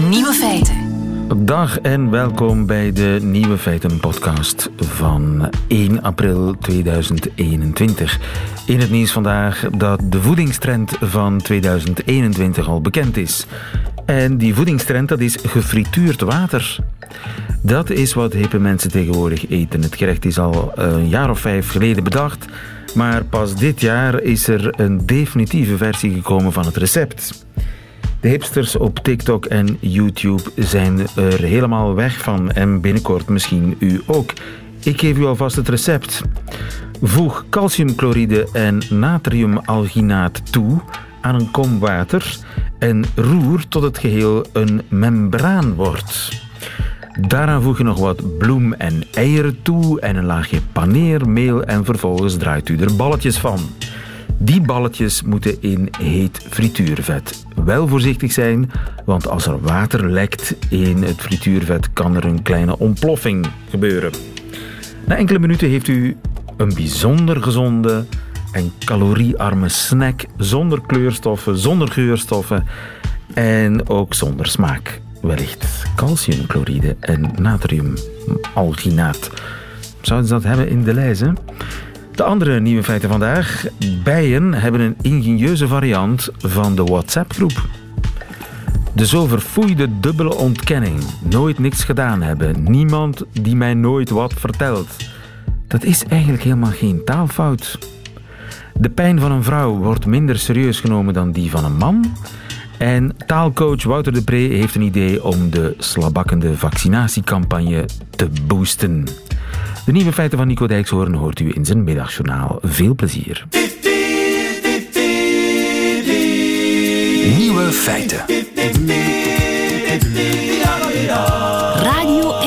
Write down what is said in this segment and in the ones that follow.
Nieuwe feiten. Dag en welkom bij de Nieuwe Feiten podcast van 1 april 2021. In het nieuws vandaag dat de voedingstrend van 2021 al bekend is. En die voedingstrend, dat is gefrituurd water. Dat is wat hippe mensen tegenwoordig eten. Het gerecht is al een jaar of 5 geleden bedacht, maar pas dit jaar is er een definitieve versie gekomen van het recept. De hipsters op TikTok en YouTube zijn er helemaal weg van en binnenkort misschien u ook. Ik geef u alvast het recept. Voeg calciumchloride en natriumalginaat toe aan een kom water en roer tot het geheel een membraan wordt. Daaraan voeg je nog wat bloem en eieren toe en een laagje paneermeel en vervolgens draait u er balletjes van. Die balletjes moeten in heet frituurvet. Wel voorzichtig zijn, want als er water lekt in het frituurvet kan er een kleine ontploffing gebeuren. Na enkele minuten heeft u een bijzonder gezonde en caloriearme snack zonder kleurstoffen, zonder geurstoffen en ook zonder smaak. Wellicht calciumchloride en natriumalginaat. Zouden ze dat hebben in de lijst, hè? De andere nieuwe feiten vandaag. Bijen hebben een ingenieuze variant van de WhatsApp-groep. De zo verfoeide dubbele ontkenning. Nooit niks gedaan hebben. Niemand die mij nooit wat vertelt. Dat is eigenlijk helemaal geen taalfout. De pijn van een vrouw wordt minder serieus genomen dan die van een man. En taalcoach Wouter de Pre heeft een idee om de slabakkende vaccinatiecampagne te boosten. De nieuwe feiten van Nico Dijkshoorn hoort u in zijn middagjournaal. Veel plezier. Nieuwe feiten. Radio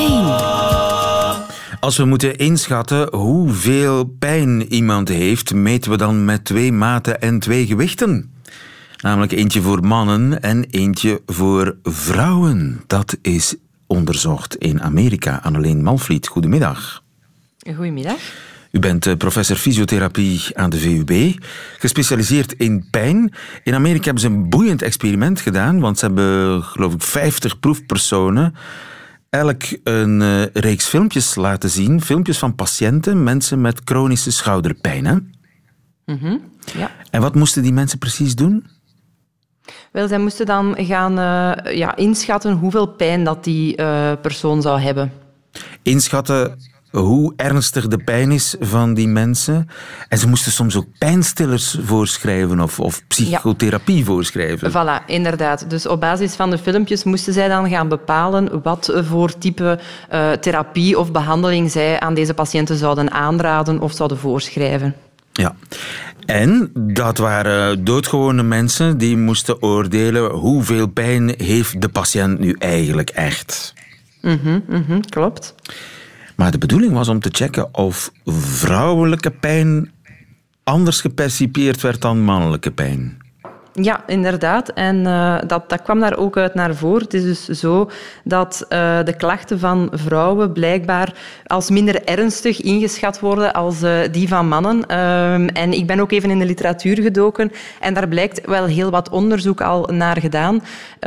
1. Als we moeten inschatten hoeveel pijn iemand heeft, meten we dan met 2 maten en 2 gewichten. Namelijk eentje voor mannen en eentje voor vrouwen. Dat is onderzocht in Amerika. Anneleen Malvliet, goedemiddag. Goedemiddag. U bent professor fysiotherapie aan de VUB, gespecialiseerd in pijn. In Amerika hebben ze een boeiend experiment gedaan, want ze hebben, geloof ik, 50 proefpersonen elk een reeks filmpjes laten zien. Filmpjes van patiënten, mensen met chronische schouderpijn. Hè? Mm-hmm, ja. En wat moesten die mensen precies doen? Wel, zij moesten dan gaan inschatten hoeveel pijn dat die persoon zou hebben. Inschatten hoe ernstig de pijn is van die mensen. En ze moesten soms ook pijnstillers voorschrijven of psychotherapie voorschrijven. Voilà, inderdaad. Dus op basis van de filmpjes moesten zij dan gaan bepalen wat voor type therapie of behandeling zij aan deze patiënten zouden aanraden of zouden voorschrijven. Ja. En dat waren doodgewone mensen die moesten oordelen hoeveel pijn heeft de patiënt nu eigenlijk echt. Klopt. Maar de bedoeling was om te checken of vrouwelijke pijn anders gepercipieerd werd dan mannelijke pijn. Ja, inderdaad. En dat kwam daar ook uit naar voren. Het is dus zo dat de klachten van vrouwen blijkbaar als minder ernstig ingeschat worden als die van mannen. En ik ben ook even in de literatuur gedoken en daar blijkt wel heel wat onderzoek al naar gedaan.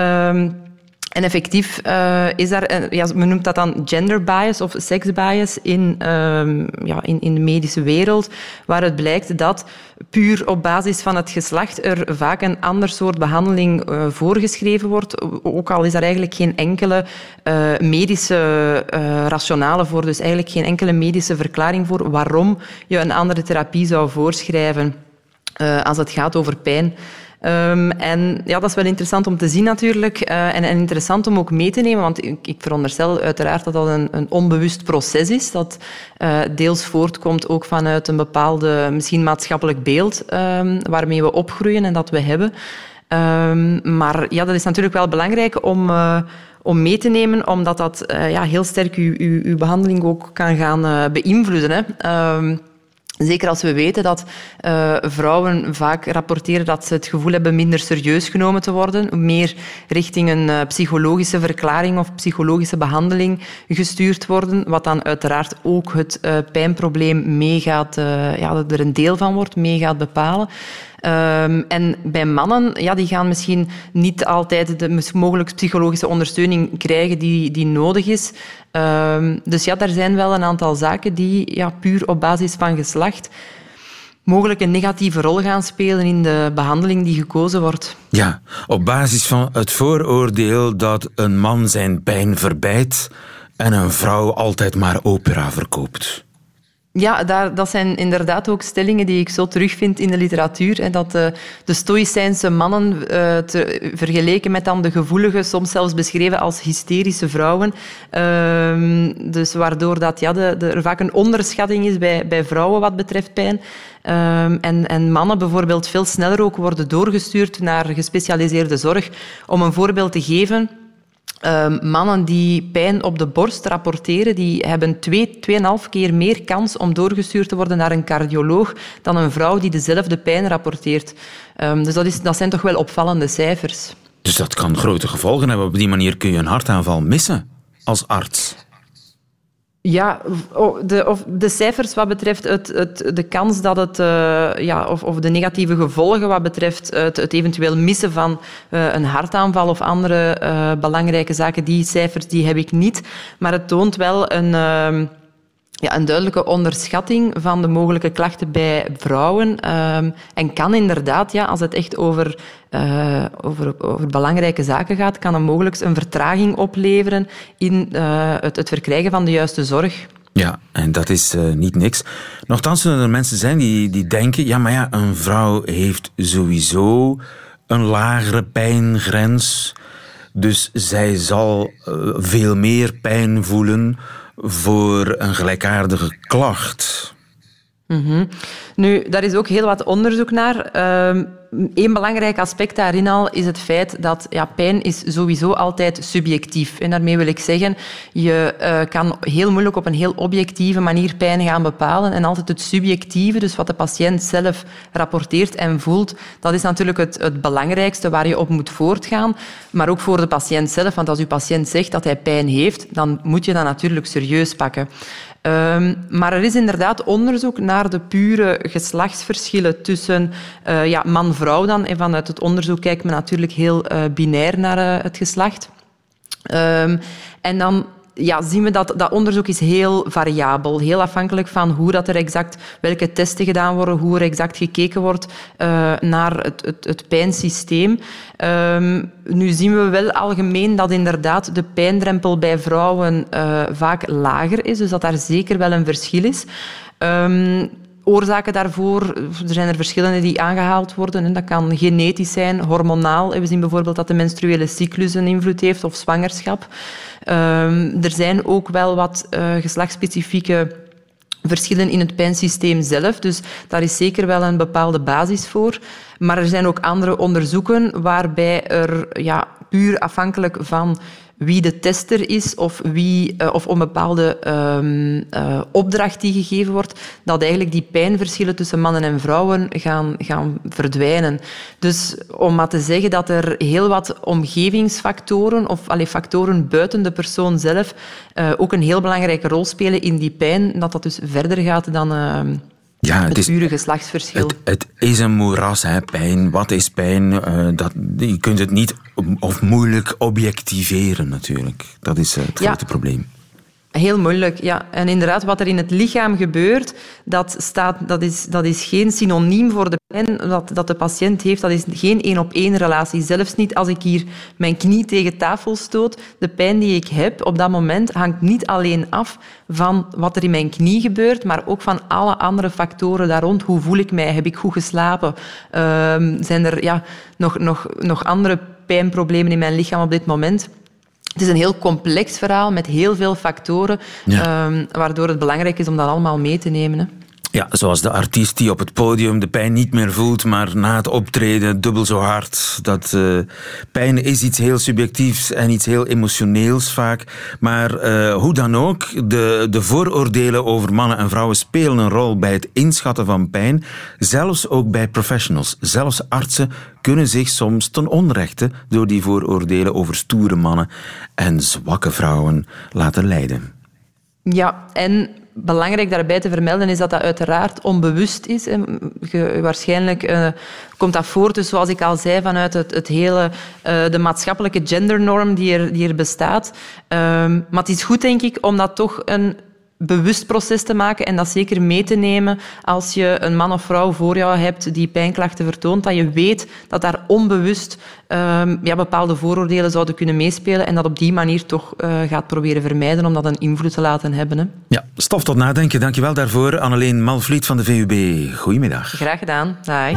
En effectief is daar, men noemt dat dan gender bias of sex bias in de medische wereld, waar het blijkt dat puur op basis van het geslacht er vaak een ander soort behandeling voorgeschreven wordt, ook al is daar eigenlijk geen enkele medische rationale voor, dus eigenlijk geen enkele medische verklaring voor waarom je een andere therapie zou voorschrijven als het gaat over pijn. En ja, dat is wel interessant om te zien natuurlijk en interessant om ook mee te nemen, want ik veronderstel uiteraard dat dat een onbewust proces is, dat deels voortkomt ook vanuit een bepaalde, misschien maatschappelijk beeld waarmee we opgroeien en dat we hebben. Maar ja, dat is natuurlijk wel belangrijk om mee te nemen, omdat dat heel sterk uw behandeling ook kan gaan beïnvloeden. Hè. Zeker als we weten dat vrouwen vaak rapporteren dat ze het gevoel hebben minder serieus genomen te worden, meer richting een psychologische verklaring of psychologische behandeling gestuurd worden, wat dan uiteraard ook het pijnprobleem meegaat, dat er een deel van wordt, mee gaat bepalen. En bij mannen, ja, die gaan misschien niet altijd de mogelijk psychologische ondersteuning krijgen die nodig is. Dus ja, daar zijn wel een aantal zaken die puur op basis van geslacht mogelijk een negatieve rol gaan spelen in de behandeling die gekozen wordt. Ja, op basis van het vooroordeel dat een man zijn pijn verbijt en een vrouw altijd maar opera verkoopt. Ja, dat zijn inderdaad ook stellingen die ik zo terugvind in de literatuur. En dat de stoïcijnse mannen, vergeleken met dan de gevoelige, soms zelfs beschreven als hysterische vrouwen. Dus waardoor dat, er vaak een onderschatting is bij vrouwen wat betreft pijn. En mannen bijvoorbeeld veel sneller ook worden doorgestuurd naar gespecialiseerde zorg. Om een voorbeeld te geven... mannen die pijn op de borst rapporteren, die hebben 2,5 keer meer kans om doorgestuurd te worden naar een cardioloog dan een vrouw die dezelfde pijn rapporteert. Dus dat zijn toch wel opvallende cijfers. Dus dat kan grote gevolgen hebben. Op die manier kun je een hartaanval missen als arts. Ja, de cijfers wat betreft de kans dat het... of de negatieve gevolgen wat betreft het eventueel missen van een hartaanval of andere belangrijke zaken, die cijfers die heb ik niet. Maar het toont wel een duidelijke onderschatting van de mogelijke klachten bij vrouwen. En kan inderdaad, als het echt over belangrijke zaken gaat, kan het mogelijk een vertraging opleveren in het verkrijgen van de juiste zorg. Ja, en dat is niet niks. Nochtans zullen er mensen zijn die denken, een vrouw heeft sowieso een lagere pijngrens, dus zij zal veel meer pijn voelen voor een gelijkaardige klacht. Mm-hmm. Nu, daar is ook heel wat onderzoek naar. Eén belangrijk aspect daarin al is het feit dat pijn is sowieso altijd subjectief. En daarmee wil ik zeggen, je kan heel moeilijk op een heel objectieve manier pijn gaan bepalen. En altijd het subjectieve, dus wat de patiënt zelf rapporteert en voelt, dat is natuurlijk het belangrijkste waar je op moet voortgaan. Maar ook voor de patiënt zelf, want als uw patiënt zegt dat hij pijn heeft, dan moet je dat natuurlijk serieus pakken. Maar er is inderdaad onderzoek naar de pure geslachtsverschillen tussen man-vrouw dan. En vanuit het onderzoek kijkt men natuurlijk heel binair naar het geslacht. En dan zien we dat onderzoek is heel variabel. Heel afhankelijk van hoe dat er exact, welke testen gedaan worden, hoe er exact gekeken wordt naar het pijnsysteem. Nu zien we wel algemeen dat inderdaad de pijndrempel bij vrouwen vaak lager is. Dus dat daar zeker wel een verschil is. Oorzaken daarvoor, er zijn er verschillende die aangehaald worden. Dat kan genetisch zijn, hormonaal. We zien bijvoorbeeld dat de menstruele cyclus een invloed heeft of zwangerschap. Er zijn ook wel wat geslachtsspecifieke verschillen in het pijnsysteem zelf. Dus daar is zeker wel een bepaalde basis voor. Maar er zijn ook andere onderzoeken waarbij er puur afhankelijk van wie de tester is of een bepaalde opdracht die gegeven wordt, dat eigenlijk die pijnverschillen tussen mannen en vrouwen gaan verdwijnen. Dus om maar te zeggen dat er heel wat omgevingsfactoren of factoren buiten de persoon zelf ook een heel belangrijke rol spelen in die pijn, dat dus verder gaat dan het pure geslachtsverschil. Het is een moeras, pijn. Wat is pijn? Je kunt het niet of moeilijk objectiveren natuurlijk. Dat is het grote probleem. Heel moeilijk, ja. En inderdaad, wat er in het lichaam gebeurt, dat is geen synoniem voor de pijn dat de patiënt heeft. Dat is geen 1-op-1 relatie. Zelfs niet als ik hier mijn knie tegen tafel stoot. De pijn die ik heb op dat moment hangt niet alleen af van wat er in mijn knie gebeurt, maar ook van alle andere factoren daar rond. Hoe voel ik mij? Heb ik goed geslapen? Zijn er nog andere pijnproblemen in mijn lichaam op dit moment? Het is een heel complex verhaal met heel veel factoren, waardoor het belangrijk is om dat allemaal mee te nemen. Hè. Ja, zoals de artiest die op het podium de pijn niet meer voelt, maar na het optreden dubbel zo hard. Pijn is iets heel subjectiefs en iets heel emotioneels vaak. Maar hoe dan ook, de vooroordelen over mannen en vrouwen spelen een rol bij het inschatten van pijn. Zelfs ook bij professionals. Zelfs artsen kunnen zich soms ten onrechte door die vooroordelen over stoere mannen en zwakke vrouwen laten leiden. Ja, en belangrijk daarbij te vermelden is dat dat uiteraard onbewust is. Waarschijnlijk komt dat voort, dus zoals ik al zei, vanuit de maatschappelijke gendernorm die er bestaat. Maar het is goed, denk ik, om dat toch een bewust proces te maken en dat zeker mee te nemen als je een man of vrouw voor jou hebt die pijnklachten vertoont, dat je weet dat daar onbewust bepaalde vooroordelen zouden kunnen meespelen en dat op die manier toch gaat proberen vermijden om dat een invloed te laten hebben. Hè. Ja, stof tot nadenken. Dankjewel daarvoor, Anneleen Malvliet van de VUB. Goedemiddag. Graag gedaan. Dag.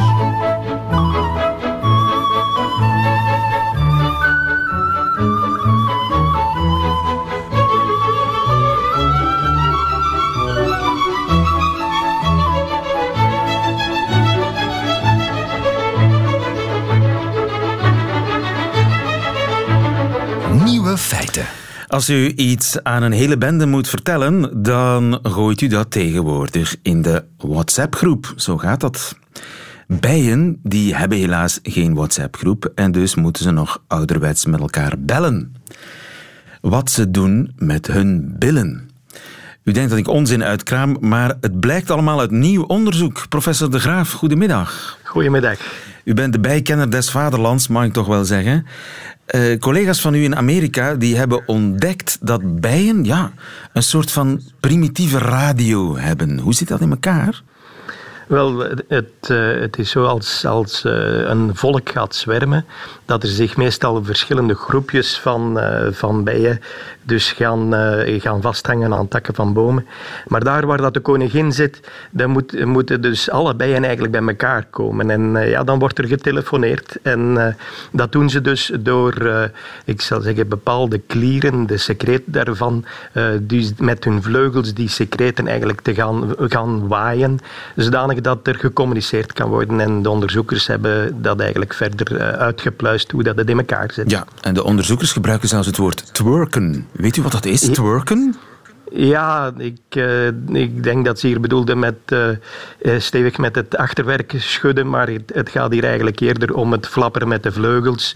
Nieuwe feiten. Als u iets aan een hele bende moet vertellen, dan gooit u dat tegenwoordig in de WhatsApp-groep. Zo gaat dat. Bijen die hebben helaas geen WhatsApp-groep en dus moeten ze nog ouderwets met elkaar bellen. Wat ze doen met hun billen. U denkt dat ik onzin uitkraam, maar het blijkt allemaal uit nieuw onderzoek. Professor De Graaf, goedemiddag. Goedemiddag. U bent de bijkenner des vaderlands, mag ik toch wel zeggen. Collega's van u in Amerika die hebben ontdekt dat bijen een soort van primitieve radio hebben. Hoe zit dat in elkaar? Wel, het is zo als een volk gaat zwermen, dat er zich meestal verschillende groepjes van bijen dus gaan vasthangen aan takken van bomen. Maar daar waar dat de koningin zit, dan moeten dus alle bijen eigenlijk bij elkaar komen. En dan wordt er getelefoneerd. En dat doen ze dus door, ik zal zeggen, bepaalde klieren, de secreet daarvan, die met hun vleugels die secreten eigenlijk te gaan waaien, zodanig dat er gecommuniceerd kan worden. En de onderzoekers hebben dat eigenlijk verder uitgepluist hoe dat het in elkaar zit. Ja, en de onderzoekers gebruiken zelfs het woord twerken. Weet u wat dat is, twerken? Ja, ik denk dat ze hier bedoelde met stevig met het achterwerk schudden, maar het gaat hier eigenlijk eerder om het flapperen met de vleugels.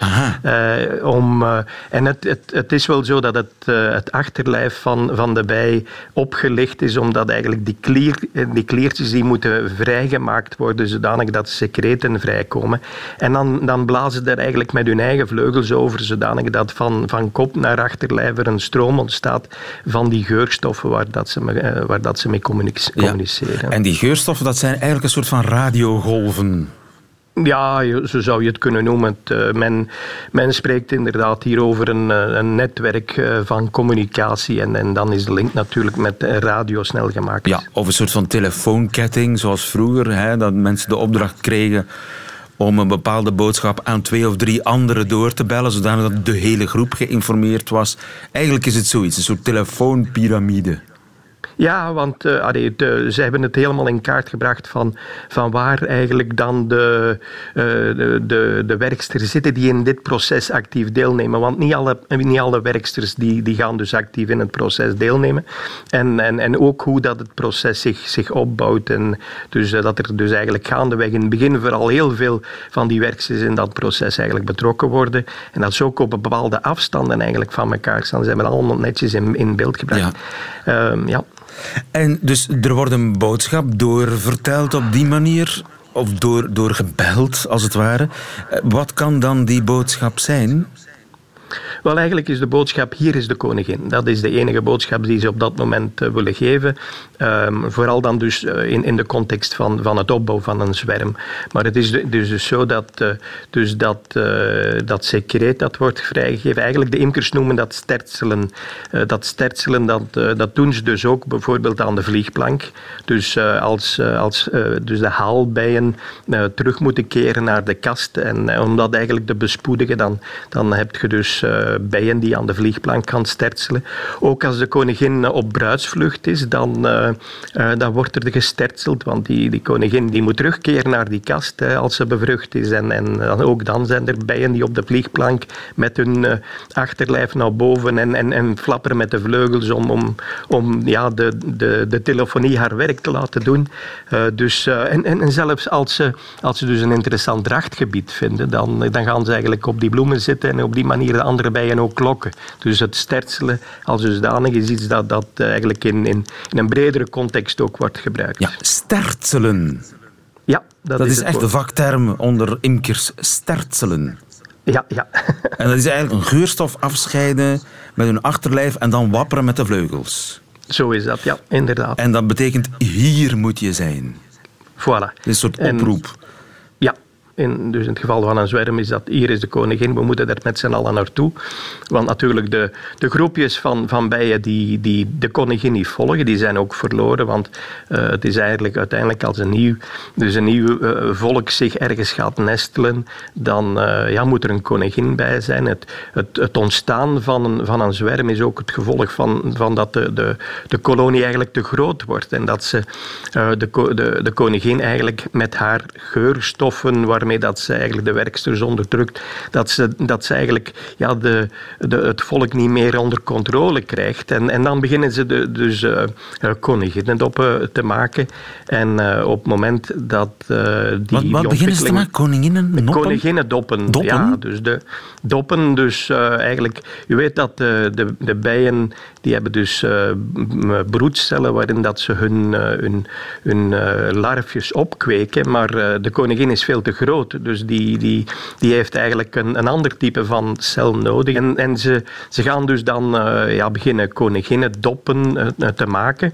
En het is wel zo dat het achterlijf van de bij opgelicht is, omdat eigenlijk die kliertjes die moeten vrijgemaakt worden, zodanig dat secreten vrijkomen. En dan blazen ze er eigenlijk met hun eigen vleugels over, zodanig dat van kop naar achterlijf er een stroom ontstaat van die geurstoffen waar dat ze mee communiceren. Ja. En die geurstoffen, dat zijn eigenlijk een soort van radiogolven. Ja, zo zou je het kunnen noemen. Men spreekt inderdaad hier over een netwerk van communicatie en dan is de link natuurlijk met radio snel gemaakt. Ja, of een soort van telefoonketting, zoals vroeger, hè, dat mensen de opdracht kregen om een bepaalde boodschap aan 2 of 3 anderen door te bellen, zodat de hele groep geïnformeerd was. Eigenlijk is het zoiets, een soort telefoonpyramide. Ja, want ze hebben het helemaal in kaart gebracht van waar eigenlijk dan de werksters zitten die in dit proces actief deelnemen. Want niet alle werksters die gaan dus actief in het proces deelnemen. En ook hoe dat het proces zich opbouwt. En dus dat er dus eigenlijk gaandeweg in het begin vooral heel veel van die werksters in dat proces eigenlijk betrokken worden. En dat ze ook op bepaalde afstanden eigenlijk van elkaar staan. Ze hebben allemaal netjes in beeld gebracht. Ja. En dus er wordt een boodschap doorverteld op die manier, of door gebeld, als het ware. Wat kan dan die boodschap zijn? Wel, eigenlijk is de boodschap, hier is de koningin. Dat is de enige boodschap die ze op dat moment willen geven. Vooral dan dus in de context van het opbouw van een zwerm. Maar het is dus zo dat secreet dat wordt vrijgegeven. Eigenlijk de imkers noemen dat stertselen. Dat stertselen, dat doen ze dus ook bijvoorbeeld aan de vliegplank. Dus als dus de haalbijen terug moeten keren naar de kast. En om dat eigenlijk te bespoedigen, dan heb je dus bijen die aan de vliegplank gaan stertselen. Ook als de koningin op bruidsvlucht is, dan wordt er gestertseld, want die koningin die moet terugkeren naar die kast als ze bevrucht is. En ook dan zijn er bijen die op de vliegplank met hun achterlijf naar boven en flapperen met de vleugels om de telefonie haar werk te laten doen. En zelfs als ze dus een interessant drachtgebied vinden, dan gaan ze eigenlijk op die bloemen zitten en op die manier de andere bijen ook lokken. Dus het stertselen als dusdanig is iets dat eigenlijk in een bredere context ook wordt gebruikt. Ja, stertselen. Ja, dat is echt de vakterm onder imkers, stertselen. Ja. En dat is eigenlijk een geurstof afscheiden met hun achterlijf en dan wapperen met de vleugels. Zo is dat, ja, inderdaad. En dat betekent, hier moet je zijn. Voilà. Dit is een soort oproep. Ja. Dus in het geval van een zwerm is dat, hier is de koningin, we moeten er met z'n allen naartoe. Want natuurlijk de groepjes van bijen die de koningin niet volgen, die zijn ook verloren. Want het is eigenlijk uiteindelijk als een nieuw volk zich ergens gaat nestelen, dan moet er een koningin bij zijn. Het ontstaan van een zwerm is ook het gevolg van dat de kolonie eigenlijk te groot wordt. En dat ze de koningin eigenlijk met haar geurstoffen, waarmee dat ze eigenlijk de werksters onderdrukt, dat ze eigenlijk het volk niet meer onder controle krijgt. En dan beginnen ze dus koninginnendoppen te maken. En op het moment dat Wat beginnen ze te maken? Koninginnendoppen? Koninginnendoppen. Doppen? Ja, dus de doppen. Dus eigenlijk, je weet dat de bijen, die hebben dus broedcellen waarin dat ze hun larfjes opkweken, maar de koningin is veel te groot. Dus die heeft eigenlijk een ander type van cel nodig. En ze gaan dus dan beginnen koninginnendoppen te maken.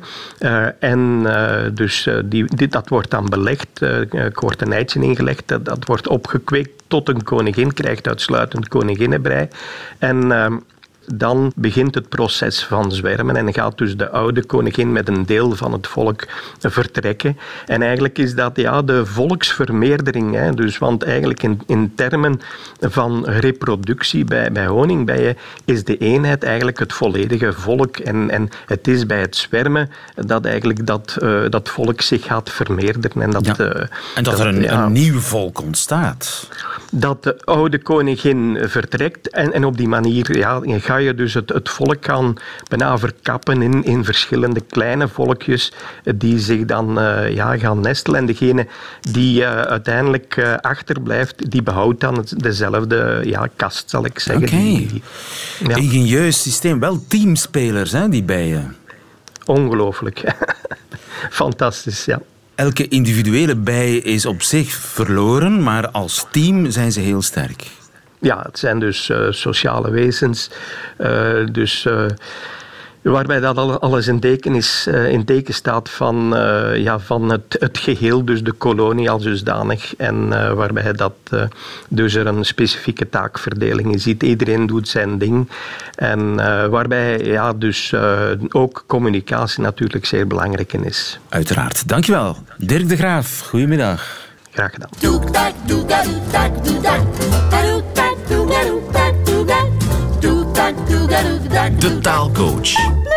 Dat wordt dan belegd. Er wordt een eitje ingelegd. Dat wordt opgekweekt tot een koningin. Krijgt uitsluitend koninginnenbrei. En dan begint het proces van zwermen en gaat dus de oude koningin met een deel van het volk vertrekken. En eigenlijk is dat de volksvermeerdering. Hè. Dus, want eigenlijk in termen van reproductie bij honingbijen is de eenheid eigenlijk het volledige volk. En het is bij het zwermen dat eigenlijk dat volk zich gaat vermeerderen. En dat er een nieuw volk ontstaat. Dat de oude koningin vertrekt en op die manier ga je dus het volk gaan bijna verkappen in verschillende kleine volkjes die zich dan gaan nestelen. En degene die uiteindelijk achterblijft, die behoudt dan dezelfde kast, zal ik zeggen. Oké. Ingenieus systeem. Wel teamspelers, hè, die bijen. Ongelooflijk. Fantastisch, ja. Elke individuele bij is op zich verloren, maar als team zijn ze heel sterk. Ja, het zijn dus sociale wezens. Waarbij dat alles in teken staat van het geheel, dus de kolonie als dusdanig. En waarbij dat dus er een specifieke taakverdeling in zit. Iedereen doet zijn ding. En waarbij ook communicatie natuurlijk zeer belangrijk in is. Uiteraard. Dankjewel. Dirk de Graaf, goedemiddag. Graag gedaan. De taalcoach.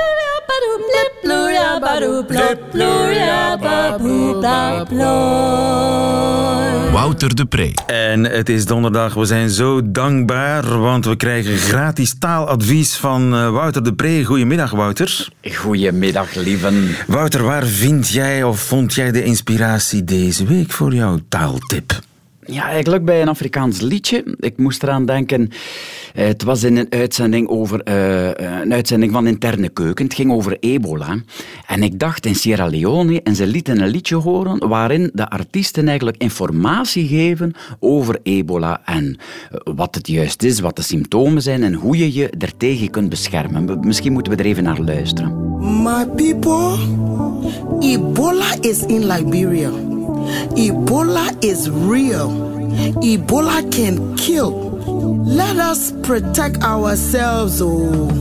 Wouter de Pre. En het is donderdag. We zijn zo dankbaar, want we krijgen gratis taaladvies van Wouter de Pre. Goedemiddag, Wouter. Goedemiddag, lieven. Wouter, waar vond jij de inspiratie deze week voor jouw taaltip? Ja, eigenlijk bij een Afrikaans liedje. Ik moest eraan denken, het was in een uitzending van Interne Keuken. Het ging over ebola. En ik dacht in Sierra Leone, en ze lieten een liedje horen waarin de artiesten eigenlijk informatie geven over ebola en wat het juist is, wat de symptomen zijn en hoe je je ertegen kunt beschermen. Misschien moeten we er even naar luisteren. My people, Ebola is in Liberia. Ebola is real. Ebola can kill. Let us protect ourselves, oh.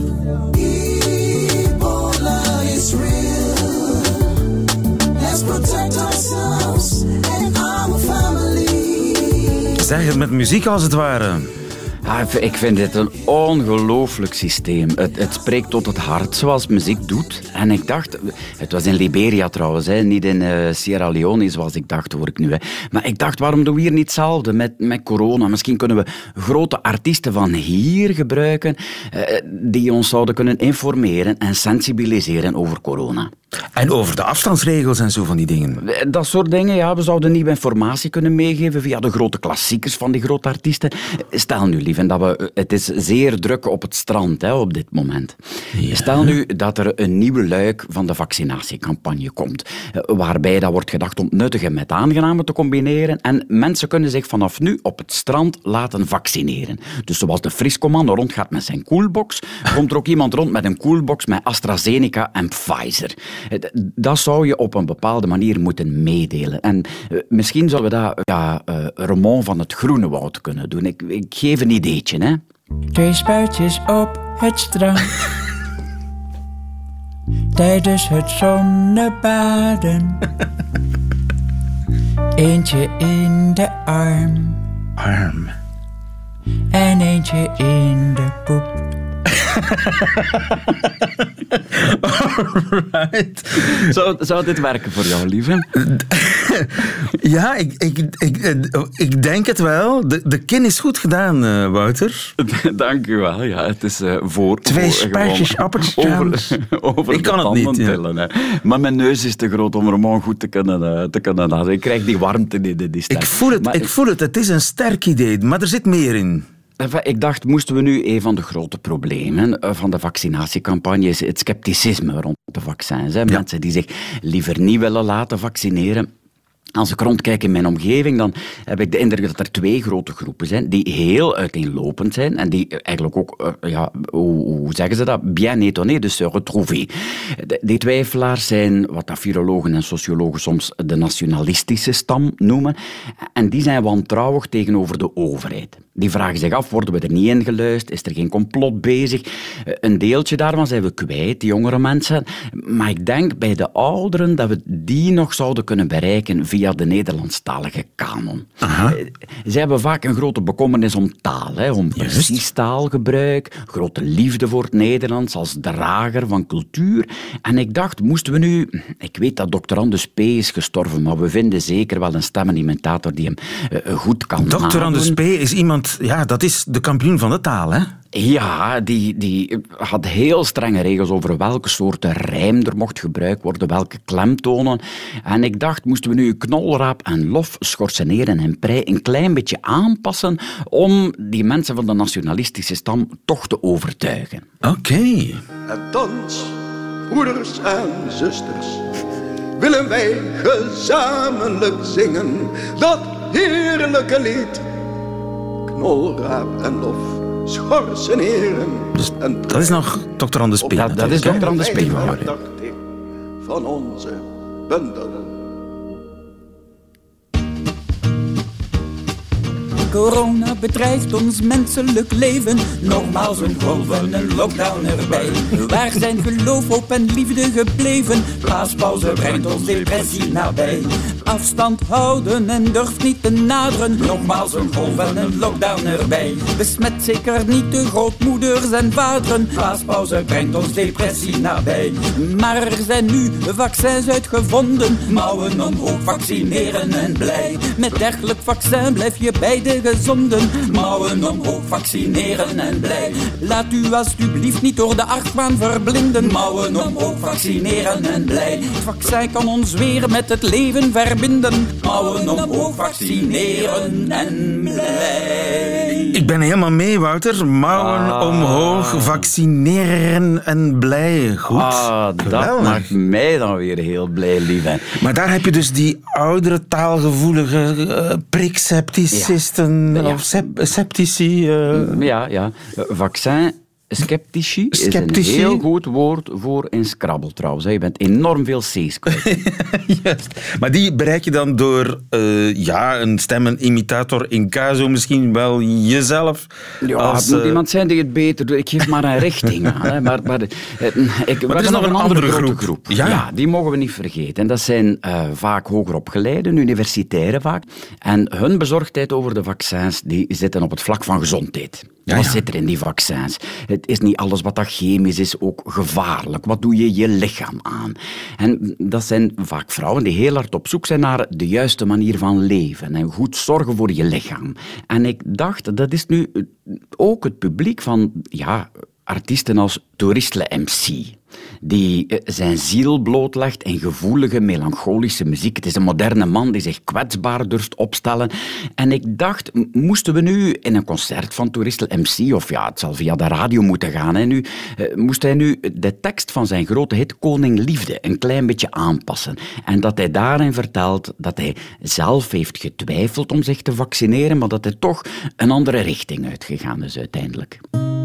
Ebola is real. Let's protect ourselves and our family. Zeg het met muziek als het ware. Ik vind dit een ongelooflijk systeem. Het spreekt tot het hart, zoals muziek doet. En ik dacht, het was in Liberia trouwens, niet in Sierra Leone, zoals ik dacht, hoor ik nu. Maar ik dacht, waarom doen we hier niet hetzelfde met corona? Misschien kunnen we grote artiesten van hier gebruiken die ons zouden kunnen informeren en sensibiliseren over corona. En over de afstandsregels en zo van die dingen. Dat soort dingen, ja. We zouden nieuwe informatie kunnen meegeven via de grote klassiekers van die grote artiesten. Stel nu, lief, het is zeer druk op het strand op dit moment. Ja. Stel nu dat er een nieuwe luik van de vaccinatiecampagne komt, waarbij dat wordt gedacht om het nuttige met aangename te combineren en mensen kunnen zich vanaf nu op het strand laten vaccineren. Dus zoals de Frisco-man rondgaat met zijn coolbox, komt er ook iemand rond met een coolbox met AstraZeneca en Pfizer. Dat zou je op een bepaalde manier moeten meedelen. En misschien zullen we dat Ramon van het Groene Woud kunnen doen. Ik geef een ideetje, hè. 2 spuitjes op het strand. Tijdens het zonnebaden. Eentje in de arm. En eentje in de poep. Alright. Zou dit werken voor jou, lieve? Ja, ik denk het wel. De kin is goed gedaan, Wouter. Dank u wel. Ja, het is 2 spuitjes op het strand. Over ik kan het niet. Tellen, hè. Maar mijn neus is te groot om Ramon goed te kunnen laten. Ik krijg die warmte niet. Die sterk. Ik voel het. Het is een sterk idee, maar er zit meer in. Ik dacht, moesten we nu een van de grote problemen van de vaccinatiecampagne is het scepticisme rond de vaccins. Hè? Ja. Mensen die zich liever niet willen laten vaccineren. Als ik rondkijk in mijn omgeving, dan heb ik de indruk dat er 2 grote groepen zijn die heel uiteenlopend zijn en die eigenlijk ook, hoe zeggen ze dat? Bien étonnés de se retrouver. Die twijfelaars zijn wat virologen en sociologen soms de nationalistische stam noemen en die zijn wantrouwig tegenover de overheid. Die vragen zich af, worden we er niet in geluisterd? Is er geen complot bezig? Een deeltje daarvan zijn we kwijt, die jongere mensen. Maar ik denk bij de ouderen dat we die nog zouden kunnen bereiken via de Nederlandstalige kanon. Zij hebben vaak een grote bekommernis om taal, om precies taalgebruik, grote liefde voor het Nederlands als drager van cultuur. En ik dacht, moesten we nu... Ik weet dat Dr. Anders P. is gestorven, maar we vinden zeker wel een stemmenimitator die hem goed kan nadoen. Dr. Anders P. is iemand... Ja, dat is de kampioen van de taal, hè? Ja, die had heel strenge regels over welke soorten rijm er mocht gebruikt worden, welke klemtonen. En ik dacht, moesten we nu knolraap en lof, schorseneren en prei een klein beetje aanpassen om die mensen van de nationalistische stam toch te overtuigen. Oké. En thans, broeders en zusters, willen wij gezamenlijk zingen dat heerlijke lied. Knolraap en lof, schorseneren dus en dat is nog Dr. Anders P. Dat is Dr. Anders P. Van onze bundelen. Corona bedreigt ons menselijk leven. Nogmaals een golf en een lockdown erbij. Waar zijn geloof, hoop en liefde gebleven? Paaspauze brengt ons depressie nabij. Afstand houden en durft niet te naderen. Nogmaals een golf en een lockdown erbij. Besmet zeker niet de grootmoeders en vaderen. Paaspauze brengt ons depressie nabij. Maar er zijn nu vaccins uitgevonden. Mouwen omhoog, vaccineren en blij. Met dergelijk vaccin blijf je bij de gezonden. Mouwen omhoog, vaccineren en blij. Laat u alstublieft niet door de argwaan verblinden. Mouwen omhoog, vaccineren en blij. Het vaccin kan ons weer met het leven verbinden. Mouwen omhoog, vaccineren en blij. Ik ben helemaal mee, Wouter. Mouwen omhoog, vaccineren en blij. Goed. Dat maakt mij dan weer heel blij, lieve. Maar daar heb je dus die oudere taalgevoelige prikscepticisten of sceptici. Ja. Vaccin... Sceptici is een heel goed woord voor in Scrabble trouwens. Je bent enorm veel C's kwijt. Juist. Maar die bereik je dan door een stemmenimitator in casu, misschien wel jezelf. Ja, het moet iemand zijn die het beter doet. Ik geef maar een richting aan. Hè. Maar er is nog een andere groep. Ja, die mogen we niet vergeten. En dat zijn vaak hoger opgeleiden, universitairen vaak. En hun bezorgdheid over de vaccins, die zitten op het vlak van gezondheid. Wat zit er in die vaccins? Het is niet alles wat dat chemisch is ook gevaarlijk. Wat doe je je lichaam aan? En dat zijn vaak vrouwen die heel hard op zoek zijn naar de juiste manier van leven en goed zorgen voor je lichaam. En ik dacht, dat is nu ook het publiek van artiesten als Toeristle MC. die zijn ziel blootlegt in gevoelige, melancholische muziek. Het is een moderne man die zich kwetsbaar durft opstellen. En ik dacht, moesten we nu in een concert van Toeristel MC, of ja, het zal via de radio moeten gaan, hè, moest hij nu de tekst van zijn grote hit Koning Liefde een klein beetje aanpassen. En dat hij daarin vertelt dat hij zelf heeft getwijfeld om zich te vaccineren, maar dat hij toch een andere richting uitgegaan is uiteindelijk.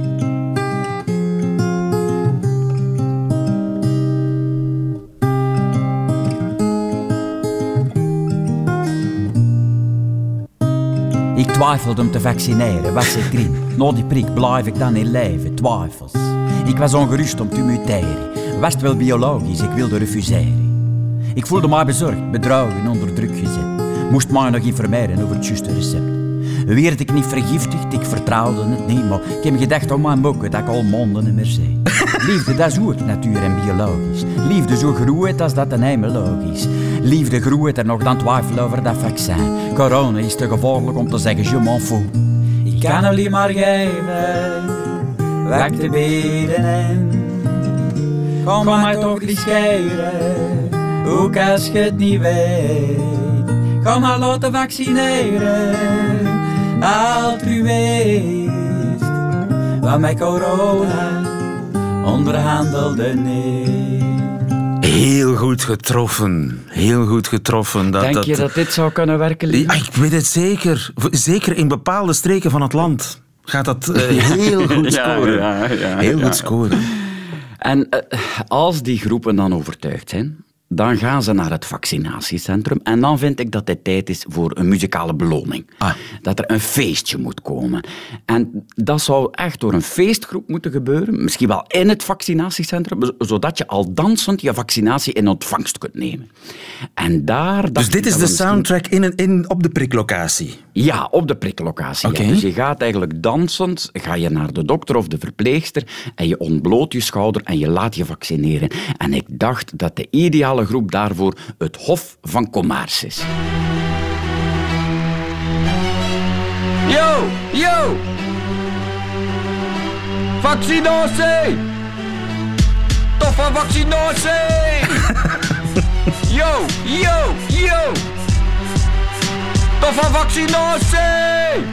Ik twijfelde om te vaccineren, was het erin. Na die prik blijf ik dan in leven, twijfels. Ik was ongerust om te muteren. Was het wel biologisch, ik wilde refuseren. Ik voelde mij bezorgd, bedrogen, onder druk gezet. Moest mij nog informeren over het juiste recept. Werd ik niet vergiftigd, ik vertrouwde het niet, maar ik heb gedacht om mijn mokken dat ik al monden niet meer zei. Liefde, dat is ook natuur en biologisch. Liefde zo groeit als dat een hemel logisch. Liefde groeit er nog dan twijfel over dat vaccin. Corona is te gevaarlijk om te zeggen je m'en fous. Ik kan alleen maar geven wat ik te beden en kom maar toch riskeren, ook als je het niet weet. Kom maar laten vaccineren, altruïst. Want met corona onderhandelde niet. Heel goed getroffen. Heel goed getroffen. Denk je dat dit zou kunnen werken, Lieve? Ja, ik weet het zeker. Zeker in bepaalde streken van het land gaat dat heel goed scoren. Ja, heel goed scoren. En als die groepen dan overtuigd zijn, dan gaan ze naar het vaccinatiecentrum en dan vind ik dat het tijd is voor een muzikale beloning. Dat er een feestje moet komen. En dat zou echt door een feestgroep moeten gebeuren, misschien wel in het vaccinatiecentrum, zodat je al dansend je vaccinatie in ontvangst kunt nemen. En daar... Dus dit is de soundtrack op de priklocatie? Ja, op de priklocatie. Okay. Ja. Dus je gaat eigenlijk dansend, ga je naar de dokter of de verpleegster en je ontbloot je schouder en je laat je vaccineren. En ik dacht dat de ideale groep daarvoor het Hof van Commaars is. Yo, yo! Vaccinatie! Toffe vaccinatie! Yo, yo, yo! Toffe vaccinatie!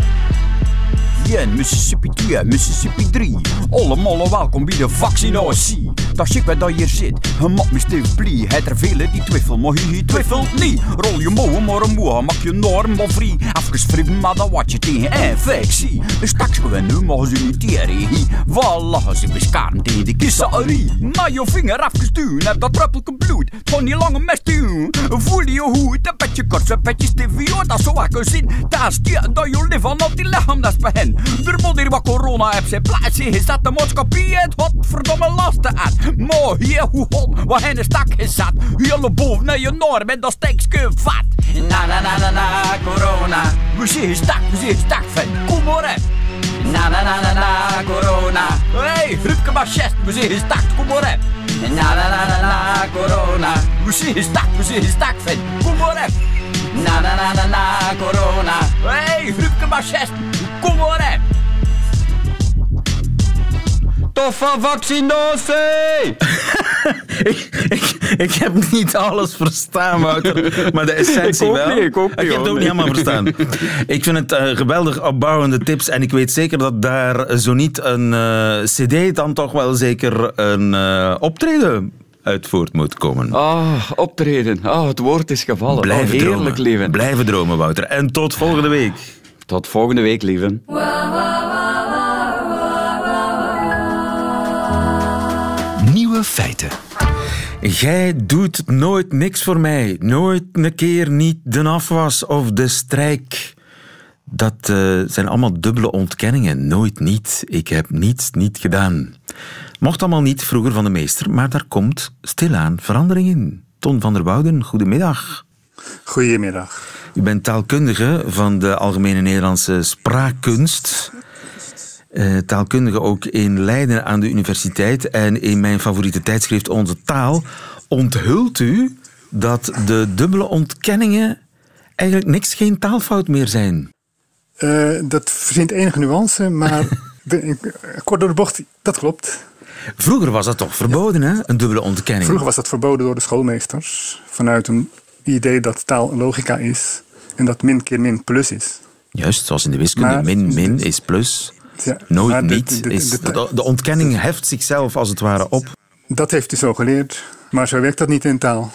1, Mississippi 2, Mississippi 3. Allemaal welkom bij de vaccinatie. Dat is ik wat dat hier zit. Je mag me stevig blij. Hij er velen die twijfel, maar hij twijfelt niet. Rol je mouwen maar een moe, maak je normaal vrij. Afgeschreven, maar dan wat je tegen infectie. Dus straks gaan we nu maar ze niet teren. Voilà, ze beschermd tegen de kisserie. Na je vinger afgestuurd, heb dat druppelke bloed. Van die lange mes doen. Voel je hoe het een beetje kort, een beetje stevig. Dat zo wat kan zien. Dat is die dat je leven op die lichaam, dat is bij hen. Er moet hier wat corona op zijn plaats. Is dat de maatschappij het godverdomme lasten aan. Maar hier hoe hol, waar hen een stak is zat. Hele boven naar je norm en dat stekske vat. Na na na na na corona. We zien stak van. Kom maar hè. Na na na na na corona. Hey, Rupke maar chest, we zien stak, kom maar hè. Na na na na na corona. We zien stak van. Kom maar hè. Na na na na na corona. Hey, Rupke maar chest, kom maar hè. Toffe vaccinatie! ik heb niet alles verstaan, Wouter, maar de essentie wel. Ik ook niet. Ik heb het ook niet helemaal verstaan. Ik vind het geweldig opbouwende tips en ik weet zeker dat daar zo niet een cd dan toch wel zeker een optreden uit voort moet komen. Optreden. Het woord is gevallen. Blijven heerlijk, dromen. lieve. Blijven dromen, Wouter. En tot volgende week. Tot volgende week, lieve. Nieuwe feiten. Jij doet nooit niks voor mij. Nooit een keer niet de afwas of de strijk. Dat zijn allemaal dubbele ontkenningen. Nooit niet. Ik heb niets niet gedaan. Mocht allemaal niet vroeger van de meester, maar daar komt stilaan verandering in. Ton van der Wouden, goedemiddag. Goedemiddag. U bent taalkundige van de Algemene Nederlandse Spraakkunst. Taalkundige ook in Leiden aan de universiteit. En in mijn favoriete tijdschrift Onze Taal onthult u dat de dubbele ontkenningen eigenlijk niks, geen taalfout meer zijn. Dat verzint enige nuance, maar kort door de bocht, dat klopt. Vroeger was dat toch verboden, hè? Een dubbele ontkenning. Vroeger was dat verboden door de schoolmeesters. Vanuit een idee dat taal logica is. En dat min keer min plus is. Juist, zoals in de wiskunde. Min is plus. Ja, Nooit niet. De ontkenning heft zichzelf als het ware op. Dat heeft u zo geleerd. Maar zo werkt dat niet in taal.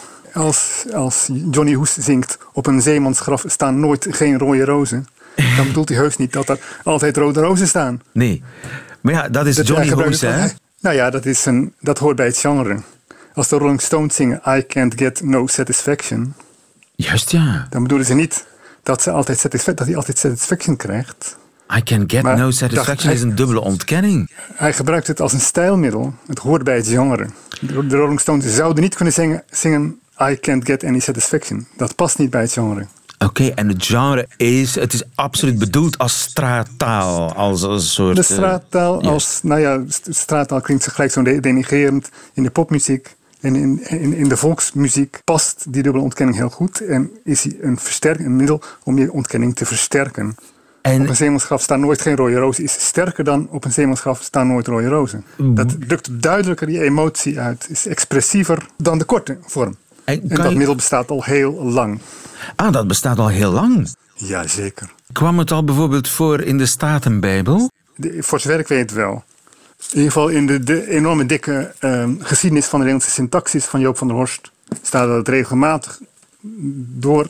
Als Johnny Hoes zingt... op een zeemansgraf staan nooit geen rode rozen... dan bedoelt hij heus niet dat er altijd rode rozen staan. Nee. Maar ja, dat is Johnny Hoes, hè? Nou ja, dat hoort bij het genre. Als de Rolling Stones zingen... I can't get no satisfaction... Juist, ja. Dan bedoelen ze niet dat hij altijd satisfaction krijgt. I can get no satisfaction is een dubbele ontkenning. Hij gebruikt het als een stijlmiddel. Het hoort bij het genre. De Rolling Stones zouden niet kunnen zingen I can't get any satisfaction. Dat past niet bij het genre. Oké, en het genre het is absoluut bedoeld als straattaal. Als een soort... De straattaal straattaal klinkt gelijk zo denigrerend in de popmuziek. En in de volksmuziek past die dubbele ontkenning heel goed. En is hij een middel om je ontkenning te versterken. En op een zeemansgraf staan nooit geen rode rozen is sterker dan op een zeemansgraf staan nooit rode rozen. Dat drukt duidelijker die emotie uit. Is expressiever dan de korte vorm. En dat middel bestaat al heel lang. Ah, dat bestaat al heel lang? Jazeker. Kwam het al bijvoorbeeld voor in de Statenbijbel? Voor zover ik weet wel. In ieder geval in de enorme dikke geschiedenis van de Nederlandse syntaxis van Joop van der Horst staat dat het regelmatig door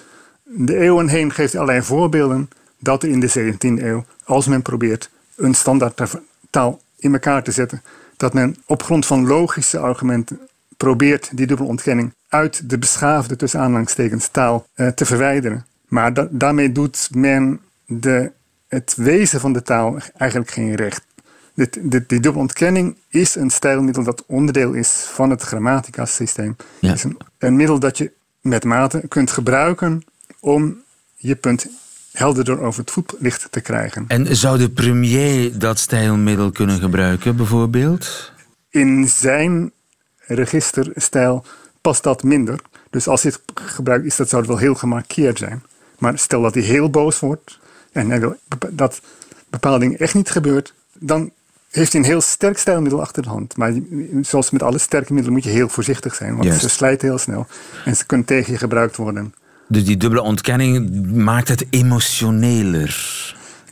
de eeuwen heen geeft allerlei voorbeelden dat in de 17e eeuw, als men probeert een standaardtaal in elkaar te zetten, dat men op grond van logische argumenten probeert die dubbele ontkenning uit de beschaafde tussen aanhalingstekens taal te verwijderen. Maar daarmee doet men het wezen van de taal eigenlijk geen recht. Die dubbele ontkenning is een stijlmiddel dat onderdeel is van het grammatica-systeem. Ja. Het is een middel dat je met mate kunt gebruiken om je punt helderder over het voetlicht te krijgen. En zou de premier dat stijlmiddel kunnen gebruiken, bijvoorbeeld? In zijn registerstijl past dat minder. Dus als hij het gebruikt, zou het wel heel gemarkeerd zijn. Maar stel dat hij heel boos wordt en hij wil dat bepaalde dingen echt niet gebeurt, dan heeft hij een heel sterk stijlmiddel achter de hand. Maar zoals met alle sterke middelen moet je heel voorzichtig zijn, want ze slijten heel snel en ze kunnen tegen je gebruikt worden. Dus die dubbele ontkenning maakt het emotioneler.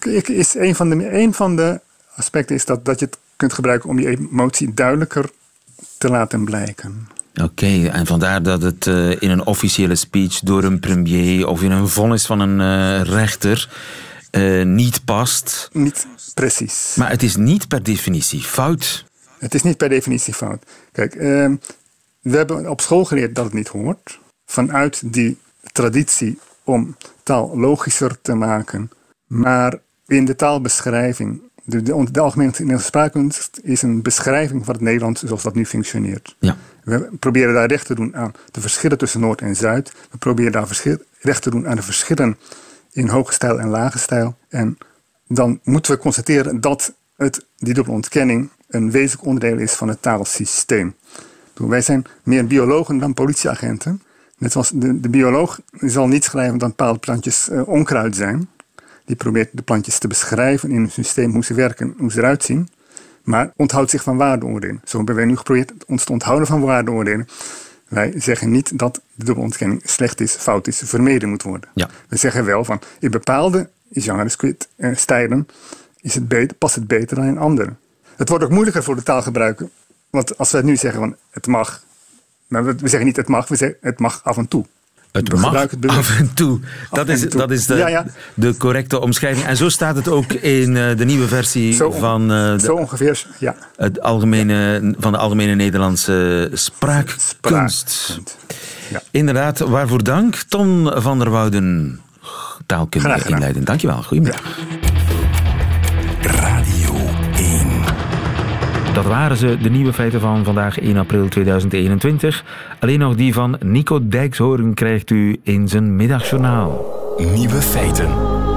Een van de aspecten is dat je het kunt gebruiken om je emotie duidelijker te laten blijken. Oké, en vandaar dat het in een officiële speech door een premier of in een vonnis van een rechter niet past. Niet precies. Maar het is niet per definitie fout. Het is niet per definitie fout. Kijk, we hebben op school geleerd dat het niet hoort. Vanuit die traditie om taal logischer te maken. Maar in de taalbeschrijving, de algemene Nederlandse spraakkunst is een beschrijving van het Nederlands zoals dat nu functioneert. Ja. We proberen daar recht te doen aan de verschillen tussen Noord en Zuid. We proberen daar recht te doen aan de verschillen in hoge stijl en lage stijl. En dan moeten we constateren dat die dubbele ontkenning een wezenlijk onderdeel is van het taalsysteem. Wij zijn meer biologen dan politieagenten. Net zoals de bioloog zal niet schrijven dat bepaalde plantjes onkruid zijn. Die probeert de plantjes te beschrijven in een systeem, hoe ze werken, hoe ze eruit zien. Maar onthoudt zich van waardeoordelen. Zo hebben wij nu geprobeerd ons te onthouden van waardeoordelen. Wij zeggen niet dat de dubbele ontkenning slecht is, fout is, vermeden moet worden. Ja. We zeggen wel van in bepaalde genres, stijlen past het beter dan in andere. Het wordt ook moeilijker voor de taalgebruiker. Want als we nu zeggen van het mag, maar we zeggen niet het mag, we zeggen het mag af en toe. Het mag af en toe. Dat is de correcte omschrijving. En zo staat het ook in de nieuwe versie van de Algemene Nederlandse Spraakkunst. Ja. Inderdaad, waarvoor dank. Ton van der Wouden, taalkundige inleiding. Dankjewel, goedemiddag. Radio 1. Dat waren ze, de nieuwe feiten van vandaag 1 april 2021. Alleen nog die van Nico Dijkshoorn krijgt u in zijn middagjournaal. Nieuwe feiten.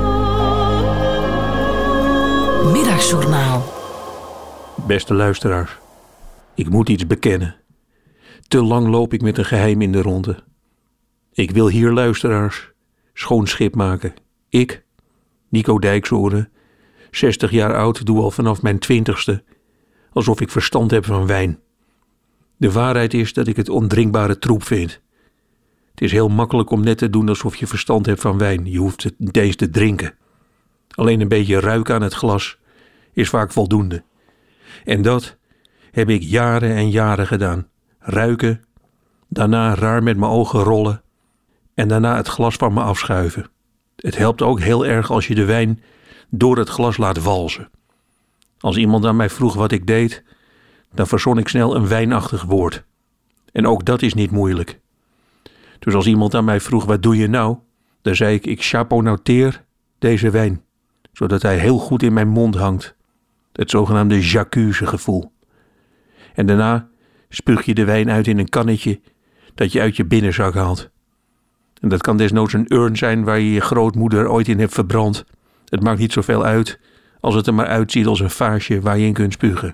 Middagjournaal. Beste luisteraars, ik moet iets bekennen. Te lang loop ik met een geheim in de ronde. Ik wil hier, luisteraars, schoon schip maken. Ik, Nico Dijkshoorn, 60 jaar oud, doe al vanaf mijn 20ste... alsof ik verstand heb van wijn. De waarheid is dat ik het ondrinkbare troep vind. Het is heel makkelijk om net te doen alsof je verstand hebt van wijn. Je hoeft het niet eens te drinken. Alleen een beetje ruiken aan het glas is vaak voldoende. En dat heb ik jaren en jaren gedaan. Ruiken, daarna raar met mijn ogen rollen en daarna het glas van me afschuiven. Het helpt ook heel erg als je de wijn door het glas laat walsen. Als iemand aan mij vroeg wat ik deed, dan verzon ik snel een wijnachtig woord. En ook dat is niet moeilijk. Dus als iemand aan mij vroeg, wat doe je nou? Dan zei ik chapeauteer deze wijn, zodat hij heel goed in mijn mond hangt. Het zogenaamde J'accuse gevoel. En daarna spuug je de wijn uit in een kannetje dat je uit je binnenzak haalt. En dat kan desnoods een urn zijn waar je je grootmoeder ooit in hebt verbrand. Het maakt niet zoveel uit als het er maar uitziet als een vaasje waar je in kunt spugen.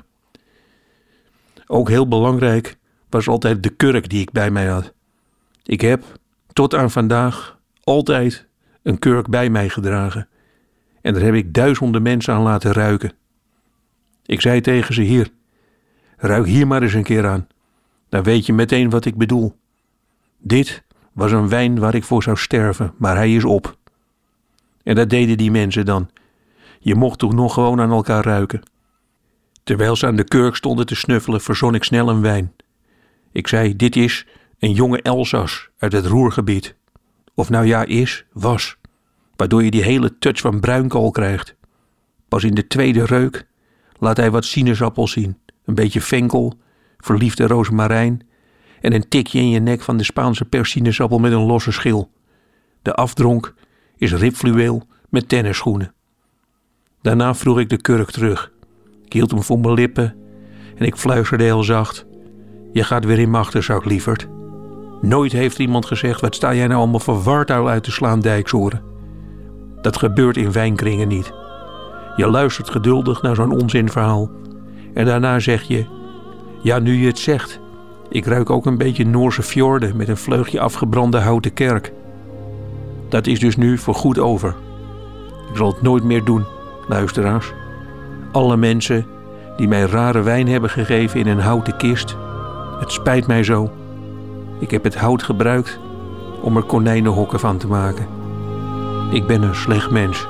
Ook heel belangrijk was altijd de kurk die ik bij mij had. Ik heb tot aan vandaag altijd een kurk bij mij gedragen. En daar heb ik duizenden mensen aan laten ruiken. Ik zei tegen ze, hier, ruik hier maar eens een keer aan. Dan weet je meteen wat ik bedoel. Dit was een wijn waar ik voor zou sterven, maar hij is op. En dat deden die mensen dan. Je mocht toch nog gewoon aan elkaar ruiken. Terwijl ze aan de kurk stonden te snuffelen, verzon ik snel een wijn. Ik zei, dit is een jonge Elzas uit het Ruhrgebied. Of nou ja, was. Waardoor je die hele touch van bruinkool krijgt. Pas in de tweede reuk laat hij wat sinaasappel zien. Een beetje venkel, verliefde rozemarijn en een tikje in je nek van de Spaanse persinaasappel met een losse schil. De afdronk is ribfluweel met tennisschoenen. Daarna vroeg ik de kurk terug. Ik hield hem voor mijn lippen en ik fluisterde heel zacht. Je gaat weer in mijn achterzak, lieverd. Nooit heeft iemand gezegd, wat sta jij nou allemaal voor wartaal uit te slaan, dijksoren. Dat gebeurt in wijnkringen niet. Je luistert geduldig naar zo'n onzinverhaal. En daarna zeg je, ja, nu je het zegt. Ik ruik ook een beetje Noorse fjorden met een vleugje afgebrande houten kerk. Dat is dus nu voor goed over. Ik zal het nooit meer doen, luisteraars. Alle mensen die mij rare wijn hebben gegeven in een houten kist. Het spijt mij zo. Ik heb het hout gebruikt om er konijnenhokken van te maken. Ik ben een slecht mens.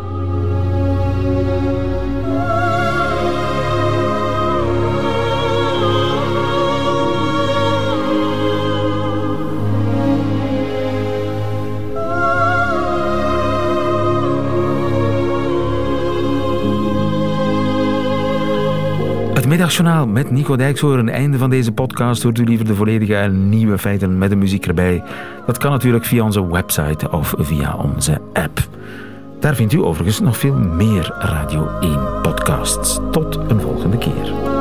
Het Middagjournaal met Nico Dijkshoorn. Einde van deze podcast. Hoort u liever de volledige en nieuwe feiten met de muziek erbij? Dat kan natuurlijk via onze website of via onze app. Daar vindt u overigens nog veel meer Radio 1 podcasts. Tot een volgende keer.